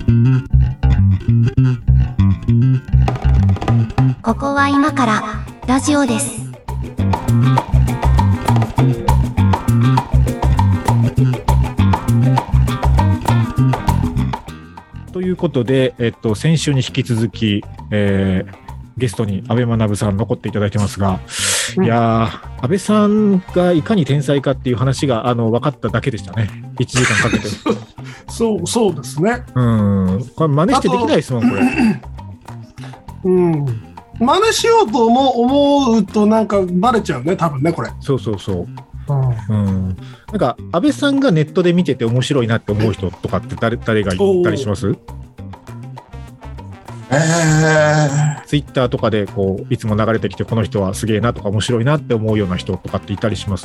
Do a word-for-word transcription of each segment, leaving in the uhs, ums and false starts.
ここは今からラジオです。 ということで、えっと、先週に引き続き、えー、ゲストに安倍学さん残っていただいてますが、うん、いやー、安倍さんがいかに天才かっていう話があの分かっただけでしたね。いちじかんかけて。 そうそうですね。 うん、これ真似してできないですもんこれ。 うん。真似しようと思う、思うとなんかバレちゃうね多分ねこれ。 そうそうそう。うん、なんか安倍さんがネットで見てて面白いなって思う人とかって誰誰がいたりします？えー、ツイッターとかでこういつも流れてきてこの人はすげえなとか面白いなって思うような人とかっていたりします？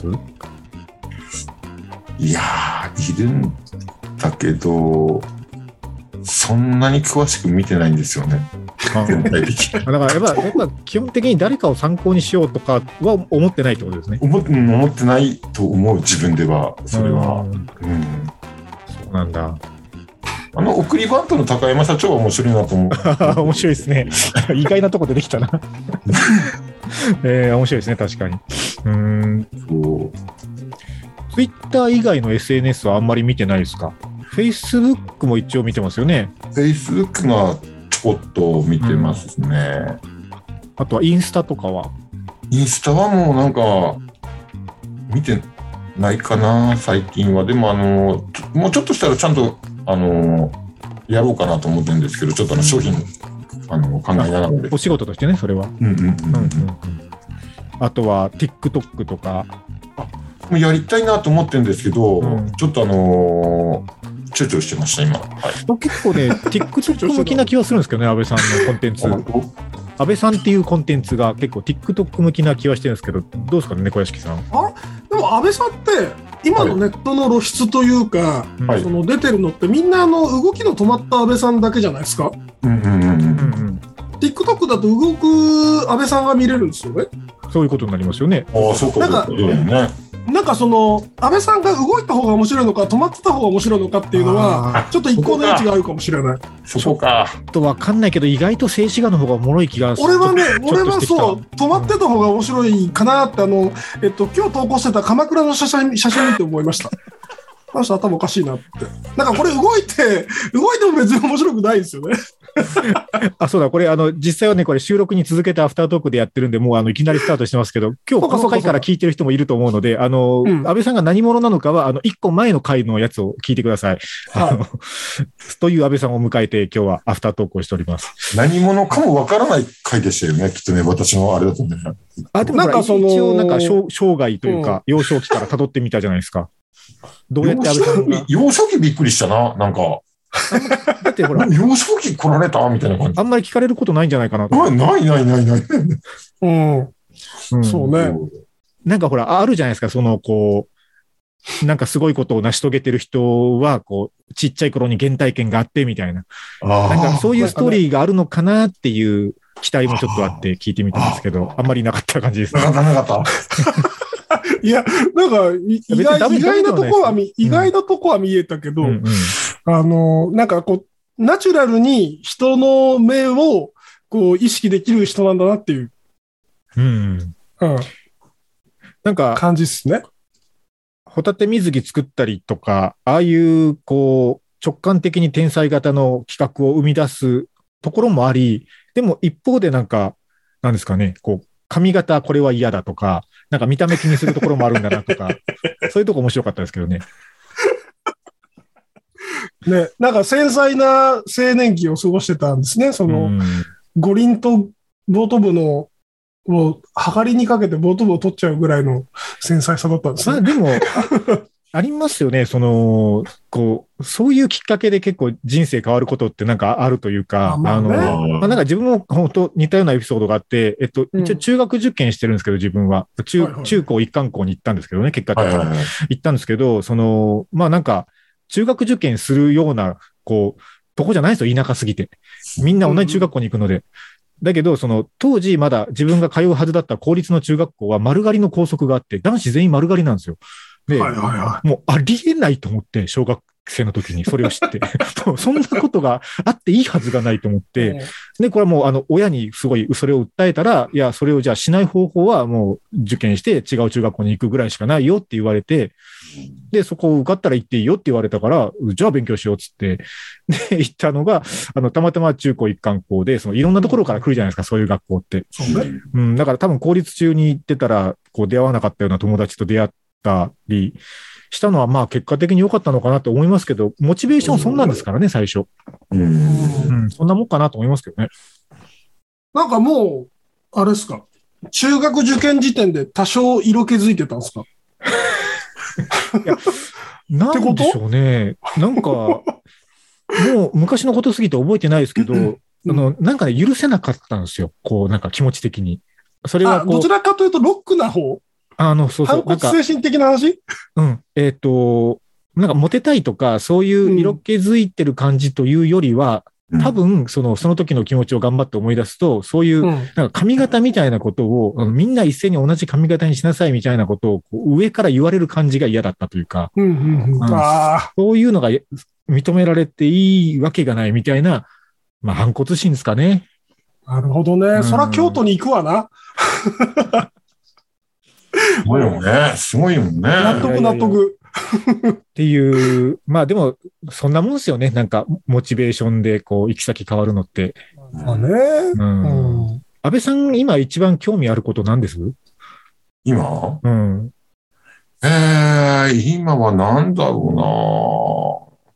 いやーいるんだけどそんなに詳しく見てないんですよね。 だからやっぱ、やっぱ基本的に誰かを参考にしようとかは思ってないってことですね。 思って、思ってないと思う自分ではそれは、うん、 そうなんだ。 あの送りバントの高山社長は面白いなと思う。 面白いですね。意外なとこ出てきたな。えー、面白いですね確かに。うーん。そう。ツイッター以外の エスエヌエス はあんまり見てないですか？フェイスブックも一応見てますよね。 フェイスブックがちょこっと見てますね、うん、 あとはインスタとかは？ インスタはもうなんか見てないかな最近は。でもあのもうちょっとしたらちゃんとあのやろうかなと思ってるんですけど、ちょっとあの商品、うん、あの考えながらでお仕事としてねそれは。うんうんうんうん、あとは TikTok とかもうやりたいなと思ってるんですけど、うん、ちょっとあのー躊躇してました今、はい、 結構ね TikTok 向きな気はするんですけどね安倍さんのコンテンツ安倍さんっていうコンテンツが結構 TikTok 向きな気はしてるんですけどどうですかね猫屋敷さん。 あでも安倍さんって今のネットの露出というか、はい、その出てるのってみんなあの動きの止まった安倍さんだけじゃないですか、うんうんうんうん、TikTok だと動く安倍さんが見れるんですよね。 そういうことになりますよね。 ああそうかなんか、ね、 なんかその安倍さんが動いた方が面白いのか止まってた方が面白いのかっていうのはちょっと一個の余地があるかもしれない。 そこかと分かんないけど意外と静止画の方がおもろい気がする。 俺はね俺はそう止まってた方が面白いかなってあの、えっと、今日投稿してた鎌倉の写真写真見て思いました。あの人頭おかしいなって。なんかこれ動いて動いても別に面白くないですよね。 あそうだこれあの実際はねこれ収録に続けてアフタートークでやってるんでもうあのいきなりスタートしてますけど今日この回から聞いてる人もいると思うのであの、うん、安倍さんが何者なのかはあのいっこまえの回のやつを聞いてください、はい、あのという安倍さんを迎えて今日はアフタートークをしております。 何者かもわからない回でしたよねきっとね私のあれだと思うんだよ。 あでもなんかその一応なんか生涯というか、うん、幼少期から辿ってみたじゃないですか。どうやって安倍さんが幼少期びっくりしたななんかだってほら幼少期来られたみたいな感じ。 あんまり聞かれることないんじゃないかなと。 ないないないないない。 うん、うん、そうね。 なんかほらあるじゃないですかそのこうなんかすごいことを成し遂げてる人はこうちっちゃい頃に原体験があってみたいななんかそういうストーリーがあるのかなっていう期待もちょっとあって聞いてみたんですけど あ, あんまりなかった感じですね。 なかった。 いやなんか意 外, 意外なとこは見意外なとこは見えたけど、うんうんうんあのなんかこうナチュラルに人の目をこう意識できる人なんだなっていう、 うんうん、なんか感じですね。 ホタテ水着作ったりとかああいうこう直感的に天才型の企画を生み出すところもありでも一方でなんかなんですかねこう髪型これは嫌だとかなんか見た目気にするところもあるんだなとかそういうとこ面白かったですけどね。 ね、なんか繊細な青年期を過ごしてたんですね。その、五輪とボート部のを測りにかけてボート部を取っちゃうぐらいの繊細さだったんですね。 まあでも あ, ありますよね。そのこうそういうきっかけで結構人生変わることってなんかあるというか、あ、まあね、あのまあ、なんか自分も本当似たようなエピソードがあって、えっと、一応中学受験してるんですけど自分は 中,、はいはい、中高一貫校に行ったんですけどね結果的に、はいはいはい、行ったんですけどそのまあなんか中学受験するような、こう、とこじゃないですよ、田舎すぎて。みんな同じ中学校に行くので。うん、だけど、その、当時まだ自分が通うはずだった公立の中学校は丸刈りの校則があって、男子全員丸刈りなんですよ。で、はいはいはい、もうありえないと思って、小学生の時にそれを知って、もうそんなことがあっていいはずがないと思って、で、これはもうあの親にすごいそれを訴えたら、いや、それをじゃあしない方法はもう受験して違う中学校に行くぐらいしかないよって言われて、で、そこを受かったら行っていいよって言われたから、じゃあ勉強しようっつって、で、行ったのが、あの、たまたま中高一貫校で、そのいろんなところから来るじゃないですか、そういう学校って。 そうね。 うん、だから多分公立中に行ってたら、こう出会わなかったような友達と出会ったりしたのは、まあ結果的に良かったのかなと思いますけど、モチベーションそんなんですからね、最初。うん。うん、そんなもんかなと思いますけどね。 なんかもう、あれですか、中学受験時点で多少色気づいてたんですか？ いや、なんでしょうね。なんか、もう昔のことすぎて覚えてないですけど、うん、あの、なんかね、許せなかったんですよ。こう、なんか気持ち的に。それはこう。 どちらかというとロックな方？ あの、そうそう。 反骨精神的な話？ うん。えっと、なんかモテたいとか、そういう色気づいてる感じというよりは、うん、多分、その、その時の気持ちを頑張って思い出すと、そういう、なんか髪型みたいなことを、うん、みんな一斉に同じ髪型にしなさいみたいなことを上から言われる感じが嫌だったというか、そういうのが認められていいわけがないみたいな、まあ、反骨心ですかね。 なるほどね。うん、そら京都に行くわな。 すごいよね。すごいよね。 納得納得。 っていう、まあでも、そんなもんですよね。なんか、モチベーションで、こう、行き先変わるのって。 まあね。 うん。安倍さん、今一番興味あること何です？ 今？ うん。 えー、今は何だろうな。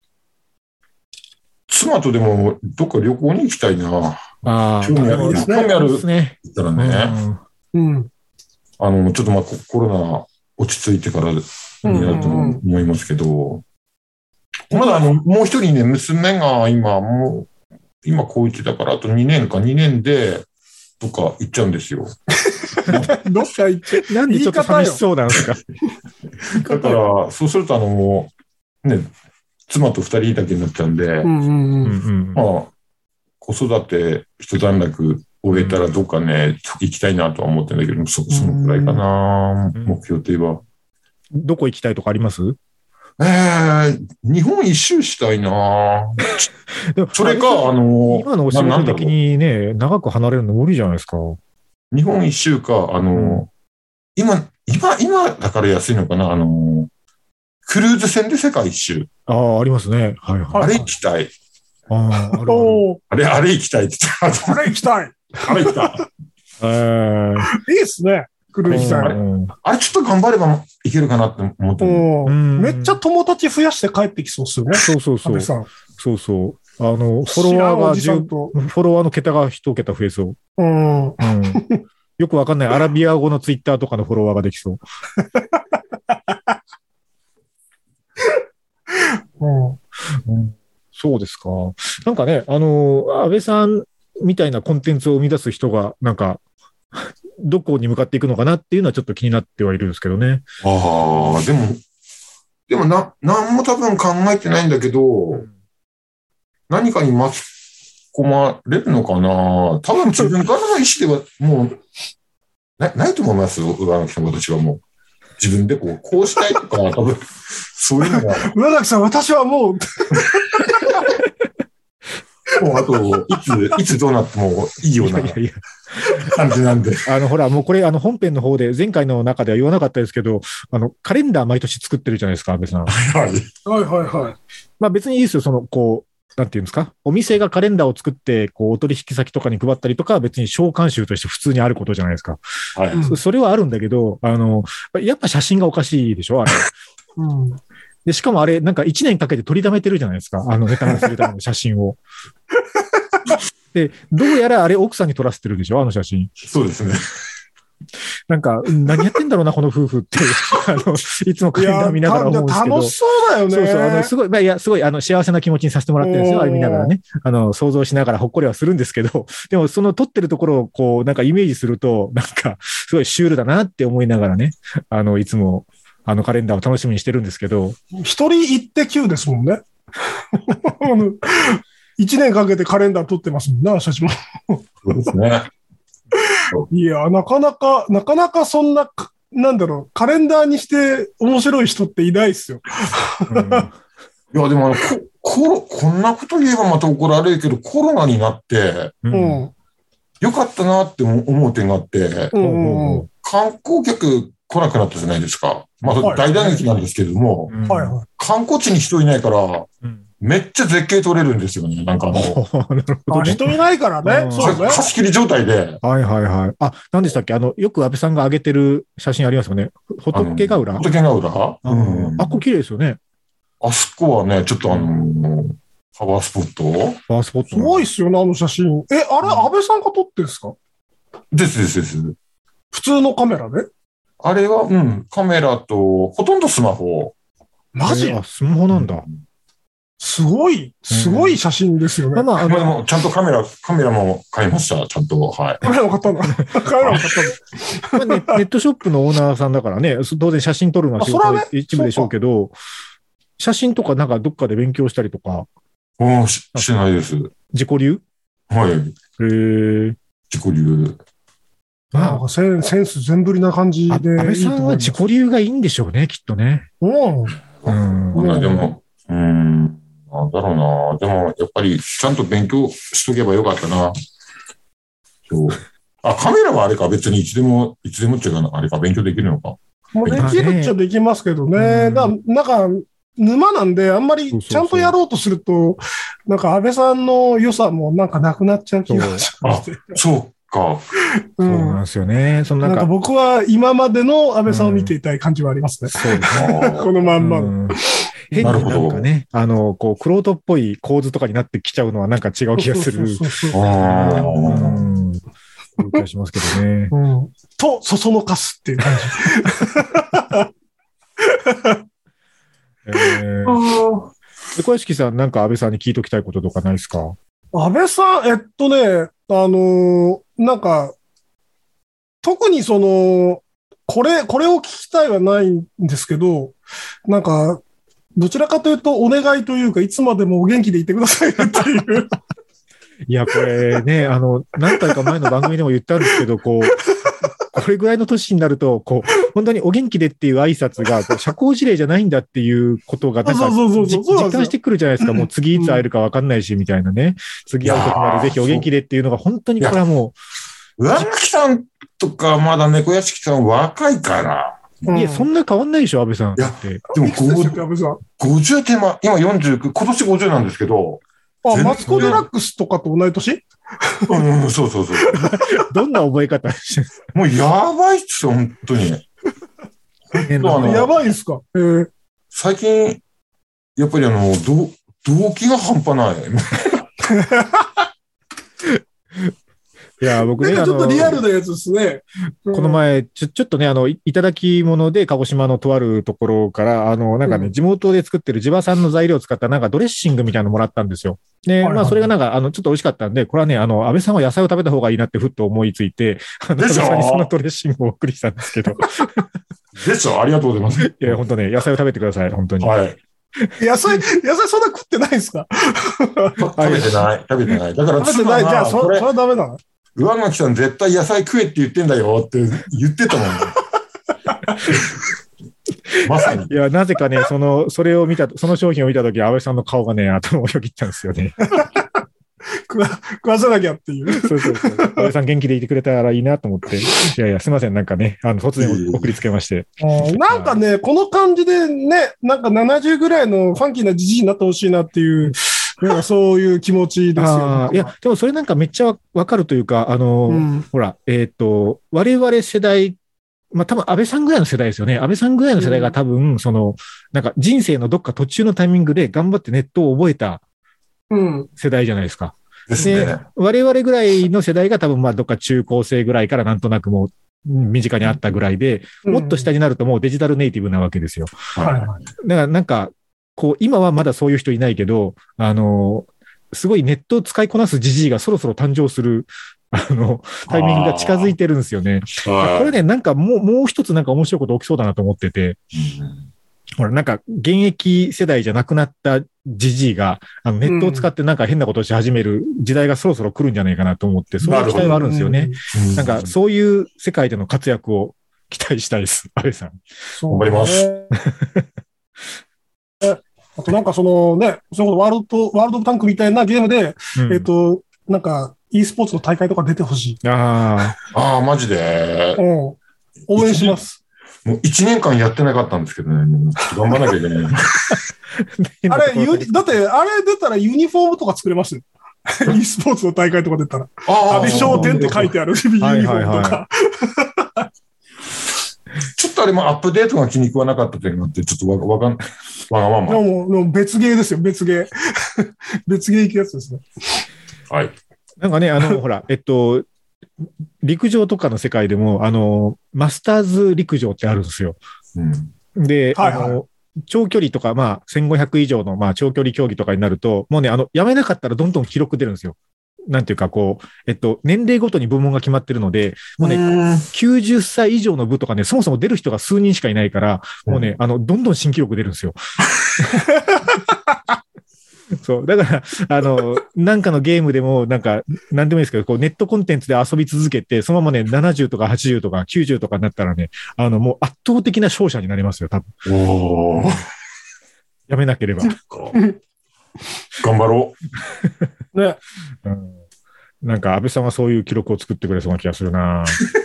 妻とでも、どっか旅行に行きたいな。 ああ、 興味ある。興味ある。ですね。言ったらね。 うん。 あの、ちょっとまあ、コロナ落ち着いてから、になると思いますけど、うんうんうん、まだあの、もう一人ね、娘が今、もう、今高一だから、あとにねんか、にねんで、どっか行っちゃうんですよ。 どっか行っちゃう。 なんでちょっと寂しそうなんですか。 だから、そうするとあの、ね、妻と二人だけになっちゃうんで、うんうんうん、まあ、子育て一段落終えたらどっかね、行きたいなとは思ってるんだけど、そ, そのくらいかな、目標といえば。 どこ行きたいとかあります？ えー、日本一周したいなそれか、あの、 今のお仕事的にね、長く離れるの無理じゃないですか。 日本一周か、あの、うん、今、今、今だから安いのかな、あの、クルーズ船で世界一周。 ああ、ありますね。はいはい。 あれ行きたい。 ああ、あるあれ、あれ行きたいって言ってた。あれ行きたい。 あれ行きたい。 えー、いいっすね。クルーズ船。 あれ、あれちょっと頑張ればいけるかなって思ってる。 めっちゃ友達増やして帰ってきそうっすよね。 そうそうそう。そうそう。あの、フォロワーがじゅう、フォロワーの桁が一桁増えそう。うん。うん、よくわかんないアラビア語のツイッターとかのフォロワーができそう。うんうん、そうですか。なんかね、あの、安倍さんみたいなコンテンツを生み出す人が、なんか、どこに向かっていくのかなっていうのはちょっと気になってはいるんですけどね。 ああ、でも、でもな、なんも多分考えてないんだけど、うん、何かに巻き込まれるのかな。多分自分からの意思ではもう、な, ないと思いますよ、上垣さん私はもう。自分でこう、こうしたいとか、多分、そういうのが。 上垣さん、私はもう。 もうあと、いつ、いつどうなってもいいような感じなんで。 あの、ほら、もうこれ、あの、本編の方で、前回の中では言わなかったですけど、あの、カレンダー毎年作ってるじゃないですか、安倍さん。 はい。 はいはいはい。 まあ別にいいですよ、その、こう、なんていうんですか、お店がカレンダーを作って、こう、お取引先とかに配ったりとか、別に召喚集として普通にあることじゃないですか。はい。そ, それはあるんだけど、あの、やっぱ写真がおかしいでしょ、あれ。うん。で、しかもあれ、なんか一年かけて撮り溜めてるじゃないですか。あのネタにするための写真を。で、どうやらあれ奥さんに撮らせてるでしょ、あの写真。 そうですね。 なんか、何やってんだろうな、この夫婦って、あの、いつもカレンダー見ながら思うんですけど。 楽しそうだよね。 そうそう、あの、すごい、まあ、いや、すごい、あの、幸せな気持ちにさせてもらってるんですよ、あれ見ながらね。あの、想像しながらほっこりはするんですけど、でも、その撮ってるところを、こう、なんかイメージすると、なんか、すごいシュールだなって思いながらね、あの、いつも、あのカレンダーを楽しみにしてるんですけど。 一人一手九ですもんね。一年かけてカレンダー撮ってますもんね、私も。 そうですね。 いや、なかなか、なかなかそんな、なんだろう、カレンダーにして面白い人っていないっすよ。 うん、 いや、でもあの、コロ、こんなこと言えばまた怒られるけど、コロナになって、うん、よかったなって思う点があって、うんうん、観光客来なくなったじゃないですか。まあ、大打撃なんですけれども、はいはい、観光地に人いないから、うんめっちゃ絶景撮れるんですよね。なんかあの。 人いないからね。 そうね。貸し切り状態で。 はいはいはい。あ、何でしたっけあの、よく安倍さんが上げてる写真ありますよね。仏ヶ浦仏ヶ浦うん。あ、ここ綺麗ですよね。 あそこはね、ちょっとあのー、パワースポットパワースポット。 すごいっすよね、あの写真。え、あれ、安倍さんが撮ってんですかですですです。 普通のカメラであれは、うん、カメラと、ほとんどスマホ。 マジ、 えー、あ、スマホなんだ。うんすごい、すごい写真ですよね。 うん、まあ、あの、もちゃんとカメラ、カメラも買いました、ちゃんと。はい。 カメラも買ったんだ。カメラも買ったんだ。 まあネ。ネットショップのオーナーさんだからね、当然写真撮るのは仕事の一部でしょうけど、ね、写真とかなんかどっかで勉強したりとか。 うん、し、してないです。 自己流はい。へえ。 自己流。 まあ、センセンス全振りな感じでいいと思います。 安倍さんは自己流がいいんでしょうね、きっとね。 うん。 うん。でも、うん。なんだろうな。でも、やっぱり、ちゃんと勉強しとけばよかったな。そう。あ、カメラはあれか、別にいつでも、いつでもっていうか、あれか、勉強できるのか。 もうできるっちゃできますけどね。だなんか、沼なんで、あんまりちゃんとやろうとすると、なんか安倍さんの良さもなんかなくなっちゃう気がしまして。 そうか。 そうなんですよね。そのなんか、 なんか僕は今までの安倍さんを見ていたい感じはありますね。 そうですね。 このまんま。 変になんかね、あの、こう、クロートっぽい構図とかになってきちゃうのはなんか違う気がする。そうそうそう。うん。そういう気がしますけどね。 うん。と、そそのかすっていう感じ。 えー、小屋敷さん、なんか安倍さんに聞いときたいこととかないですか？ 安倍さん、えっとね、あのー、なんか、特にその、これ、これを聞きたいはないんですけど、なんか、どちらかというと、お願いというか、いつまでもお元気でいてくださいねっていう。 いや、これね、あの、何回か前の番組でも言ったんですけど、こう、これぐらいの年になると、こう、本当にお元気でっていう挨拶が、こう社交辞令じゃないんだっていうことが、なんか、実感してくるじゃないですか。もう次いつ会えるか分かんないし、みたいなね。次会う時までぜひお元気でっていうのが、本当にこれはもう。上貫さんとか、まだ猫屋敷さん若いから。 うん、いや、そんな変わんないでしょ、安倍さん。 いや、でもごじゅう手前、今よんじゅうきゅう、今年ごじゅうなんですけど。 あ、マツコ・デラックスとかと同い年うん、そうそうそう。 どんな覚え方してるもうやばいっすよ、本当に。 やばいっすか、えー、 最近、やっぱりあの、動機が半端ない。 いや、僕ね、 ちょっとリアルなやつですね。 この前、ちょ、ちょっとね、あの、いただき物で鹿児島のとあるところから、あの、なんかね、うん、地元で作ってる地場産の材料を使ったなんかドレッシングみたいなのもらったんですよ。で、はいはい、まあ、それがなんか、あの、ちょっと美味しかったんで、これはね、あの、安倍さんは野菜を食べた方がいいなってふっと思いついて、安倍さんにそのドレッシングをお送りしたんですけど。 でしょ、ありがとうございます。 いや、本当ね、野菜を食べてください、本当に。 はい。 野菜、野菜そんな食ってないんですか？ 食べてない、食べてない。だから、 食べてない、じゃあ、それはダメだな。 上垣さん絶対野菜食えって言ってんだよって言ってたもんね。まさに。 いや、なぜかね、その、それを見た、その商品を見たとき、安倍さんの顔がね、頭をよぎったんですよね。 食わ、食わせなきゃっていう。 そうそうそう。安倍さん元気でいてくれたらいいなと思って。いやいや、すいません。なんかね、あの、突然送りつけまして。 なんかね、この感じでね、なんかななじゅうぐらいのファンキーなじじいになってほしいなっていう、なんかそういう気持ちですよね。 いや、でもそれなんかめっちゃわかるというか、あの、うん、ほら、えっと、我々世代、まあ、多分安倍さんぐらいの世代ですよね。安倍さんぐらいの世代が多分、その、なんか人生のどっか途中のタイミングで頑張ってネットを覚えた世代じゃないですか。 うん、ですね。 で、我々ぐらいの世代が多分まあどっか中高生ぐらいからなんとなくもう身近にあったぐらいで、うん、もっと下になるともうデジタルネイティブなわけですよ。 はいはい。だからなんか、こう、今はまだそういう人いないけど、あの、すごいネットを使いこなすジジイがそろそろ誕生する、あの、タイミングが近づいてるんですよね。これね、なんかもう、もう一つなんか面白いこと起きそうだなと思ってて、うん、ほら、なんか、現役世代じゃなくなったジジイが、あの、ネットを使ってなんか変なことをし始める時代がそろそろ来るんじゃないかなと思って、そういう期待はあるんですよね。うん、なんか、そういう世界での活躍を期待したいです、安倍さん。 頑張ります。 ああとなんかそのね、そのワールド、ワールドオブタンクみたいなゲームで、うん、えっと、なんか e スポーツの大会とか出てほしい。 ああ、マジで。 うん。応援します。 もういちねんかんやってなかったんですけどね、もう頑張らなきゃいけない。 あれ、だって、あれ出たらユニフォームとか作れますよ。e スポーツの大会とか出たら。阿部商店って書いてあるユニフォームとか。 ちょっとあれもアップデートが気に食わなかった点があって、ちょっとわわかん、わがまま。 もう、もう別ゲーですよ、別ゲー。別ゲー行くやつですね。 はい。 なんかね、あの、ほら、えっと、陸上とかの世界でも、あの、マスターズ陸上ってあるんですよ。うん、で、はいはい、あの、長距離とか、まあ、せんごひゃく以上の、まあ、長距離競技とかになると、もうね、あの、やめなかったらどんどん記録出るんですよ。なんていうか、こう、えっと、年齢ごとに部門が決まってるので、もうね、きゅうじゅっさい以上の部とかね、そもそも出る人が数人しかいないから、もうね、あの、どんどん新記録出るんですよ。そう。だから、あの、なんかのゲームでも、なんか、なんでもいいですけど、こう、ネットコンテンツで遊び続けて、そのままね、ななじゅうとかはちじゅうとかきゅうじゅうとかになったらね、あの、もう圧倒的な勝者になりますよ、多分。 おー。 やめなければ。 頑張ろう。ね、 うん。なんか、安倍さんはそういう記録を作ってくれそうな気がするなあ、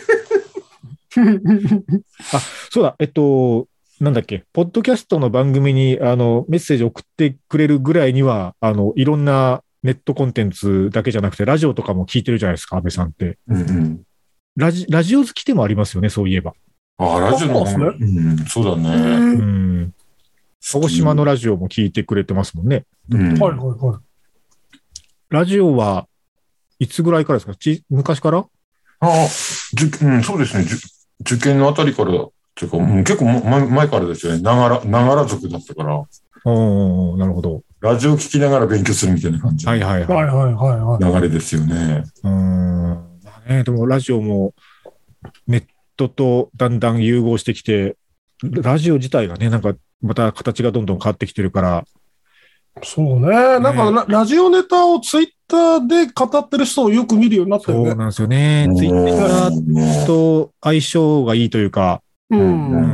そうだ、えっと、なんだっけ、ポッドキャストの番組にあのメッセージ送ってくれるぐらいには、あのいろんなネットコンテンツだけじゃなくて、ラジオとかも聞いてるじゃないですか、安倍さんって。 うんうん、 ラジラジオ好きでもありますよね、そういえば。 ああ、ラジオの方ね、うん。そうだね。うん。 鹿児島のラジオも聞いてくれてますもんね。 うん、はいはいはい。 ラジオはいつぐらいからですか？ち昔から？ああ、じゅ、うん、そうですね。受験のあたりから。ていうか、もう結構前前からですよね。ながら、ながら族だったから。 おお、なるほど。 ラジオ聞きながら勉強するみたいな感じ。 はいはいはい。はいはいはい。 流れですよね。 うん。ね、でもラジオもネットとだんだん融合してきて、ラジオ自体がね、なんかまた形がどんどん変わってきてるから。 そうね。なんか ラ,、ね、ラジオネタをツイッターで語ってる人をよく見るようになったよね。 そうなんですよね。ツイッターと相性がいいというか、うん、うん、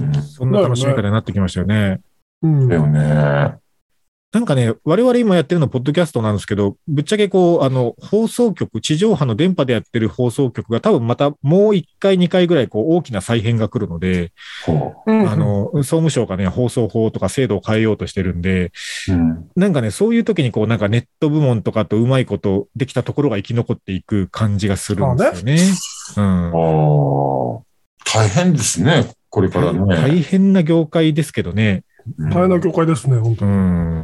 そんな楽しみ方になってきましたよね。 うん、だよね。 なんかね、我々今やってるのはポッドキャストなんですけど、ぶっちゃけこう、あの、放送局、地上波の電波でやってる放送局が多分またもういっかい、にかいぐらいこう大きな再編が来るので、うん、あの、総務省がね、放送法とか制度を変えようとしてるんで、うん、なんかね、そういう時にこう、なんかネット部門とかとうまいことできたところが生き残っていく感じがするんですよね。うん。 あ大変ですね、これからね。 大変な業界ですけどね。 大変な業界ですね、本当に。うん。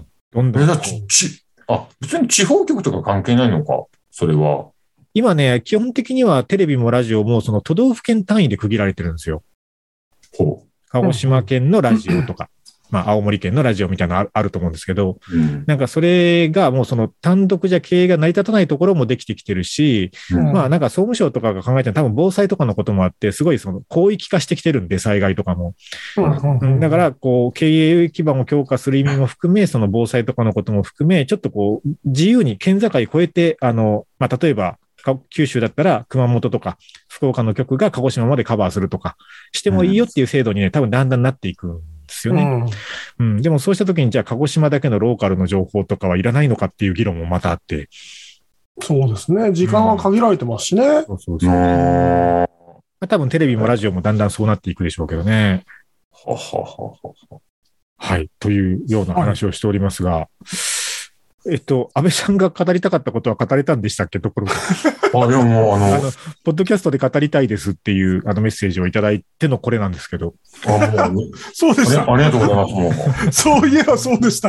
どんどん。 え、だち、ち、あ、別に地方局とか関係ないのか、それは。 今ね、基本的にはテレビもラジオもその都道府県単位で区切られてるんですよ。 ほう。 鹿児島県のラジオとか。まあ、青森県のラジオみたいなのあると思うんですけど、うん、なんかそれがもうその単独じゃ経営が成り立たないところもできてきてるし、うん、まあなんか総務省とかが考えてる多分防災とかのこともあって、すごいその広域化してきてるんで、災害とかも。うん、だから、こう、経営基盤を強化する意味も含め、その防災とかのことも含め、ちょっとこう、自由に県境を越えて、あの、まあ例えば、九州だったら熊本とか福岡の局が鹿児島までカバーするとかしてもいいよっていう制度にね、多分だんだんなっていくんですよね。うん。うん、でもそうした時にじゃあ鹿児島だけのローカルの情報とかはいらないのかっていう議論もまたあって。 そうですね。時間は限られてますしね。うん、そうそうそう。まあ、多分テレビもラジオもだんだんそうなっていくでしょうけどね。 はははは。 はい。というような話をしておりますが。はい、えっと、安倍さんが語りたかったことは語れたんでしたっけところあ、でももうあの、あの、 ポッドキャストで語りたいですっていうあのメッセージをいただいてのこれなんですけど。 あ、もう、そうでした。 ありがとうございます。もうそういえばそうでした。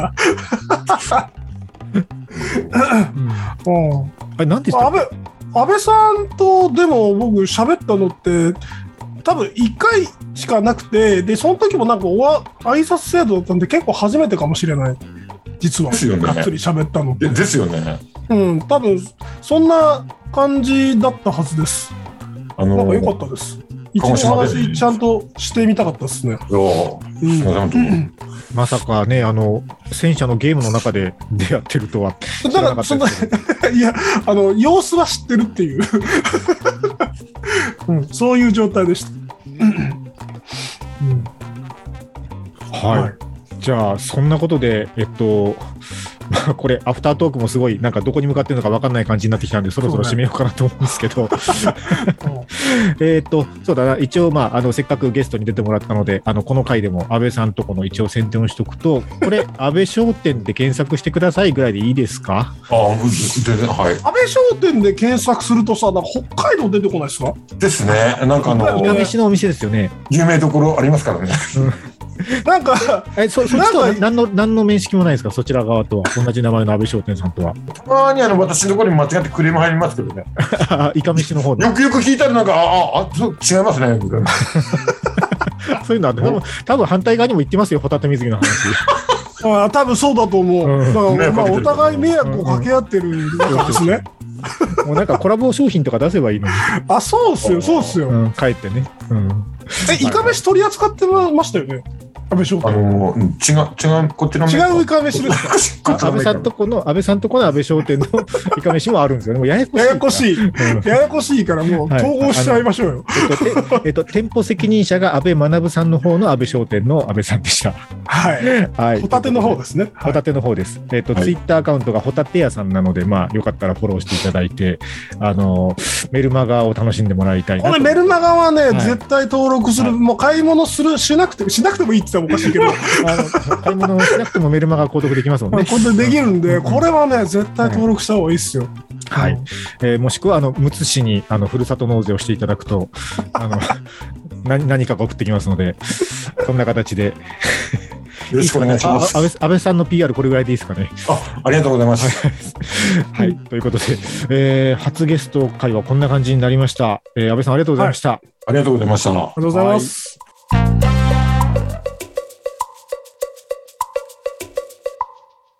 うん、あれ、何でしたっけ？ 安倍、安倍さんとでも僕喋ったのって、多分いっかいしかなくて、で、その時もなんかおわ挨拶制度だったんで結構初めてかもしれない。実は、 ですよね、 がっつり喋ったので。 ですよね。 うん、多分そんな感じだったはずです。あのー、なんか良かったです。一応話ちゃんとしてみたかったですね。 うん、 まさかね、あの戦車のゲームの中で出会ってるとは知らなかったですけど。 いや、あの様子は知ってるっていう、うん、そういう状態でした。うん、 はい。 じゃあそんなことでえっとまあこれアフタートークもすごいなんかどこに向かってるのか分かんない感じになってきたんでそろそろ締めようかなと思うんですけどえっとそうだな一応まああのせっかくゲストに出てもらったのであのこの回でも安倍さんとこの一応宣伝をしとくとこれ安倍商店で検索してくださいぐらいでいいですか？ ああ全然はい。 安倍商店で検索するとさなんか北海道出てこないですか？ ですね。なんかあのいかめしのお店ですよね。 有名どころありますからね。 うんなんかえそそっちとは何の何の面識もないですか？そちら側とは同じ名前の安倍商店さんとは。 たまにあの私のところに間違ってクレーム入りますけどね。 いかめしの方でよくよく聞いたらなんかあああそう違いますねみたいな。 そういうのは多分多分反対側にも言ってますよホタテ水着の話。 あ多分そうだと思う。 うん、 だからまあお互い迷惑を掛け合ってるんですね。 もうなんかコラボ商品とか出せばいいのに。 あそうっすよそうっすよ。 うん、帰ってね。うん、 えいかめし取り扱ってましたよね。安倍商店。 あのー、違う違うこっちの違ういかめしですか。 安倍さんとこの安倍さんとこの安倍商店のいかめしもあるんですよね。もうややこしい。 ややこしい。うん、ややこしいからもう統合しちゃいましょうよ。 はい、えっとえっと店舗責任者が安倍学さんの方の安倍商店の安倍さんでした。 はい。はい。ホタテの方ですね。 ホタテの方です。えっと、はい、ツイッターアカウントがホタテ屋さんなのでまあよかったらフォローしていただいてあのメルマガを楽しんでもらいたいなと。 これメルマガはね、はい、絶対登録する、はい、もう買い物するしなくてしなくてもいいって言ったらおかしいけど。 あの買い物しなくてもメルマガ購読できますもんね。 これでできるんで、これはね絶対登録した方がいいですよ。 はい。えー、もしくはあのむつ市にあのふるさと納税をしていただくとあの何何かが送ってきますので、そんな形で。 よろしくお願いします。 安倍、安倍さんの ピーアール これぐらいでいいですかね。 あ、ありがとうございます。 はい、ということで、えー、初ゲスト会はこんな感じになりました。えー、安倍さんありがとうございました。はい、 ありがとうございました。ありがとうございます。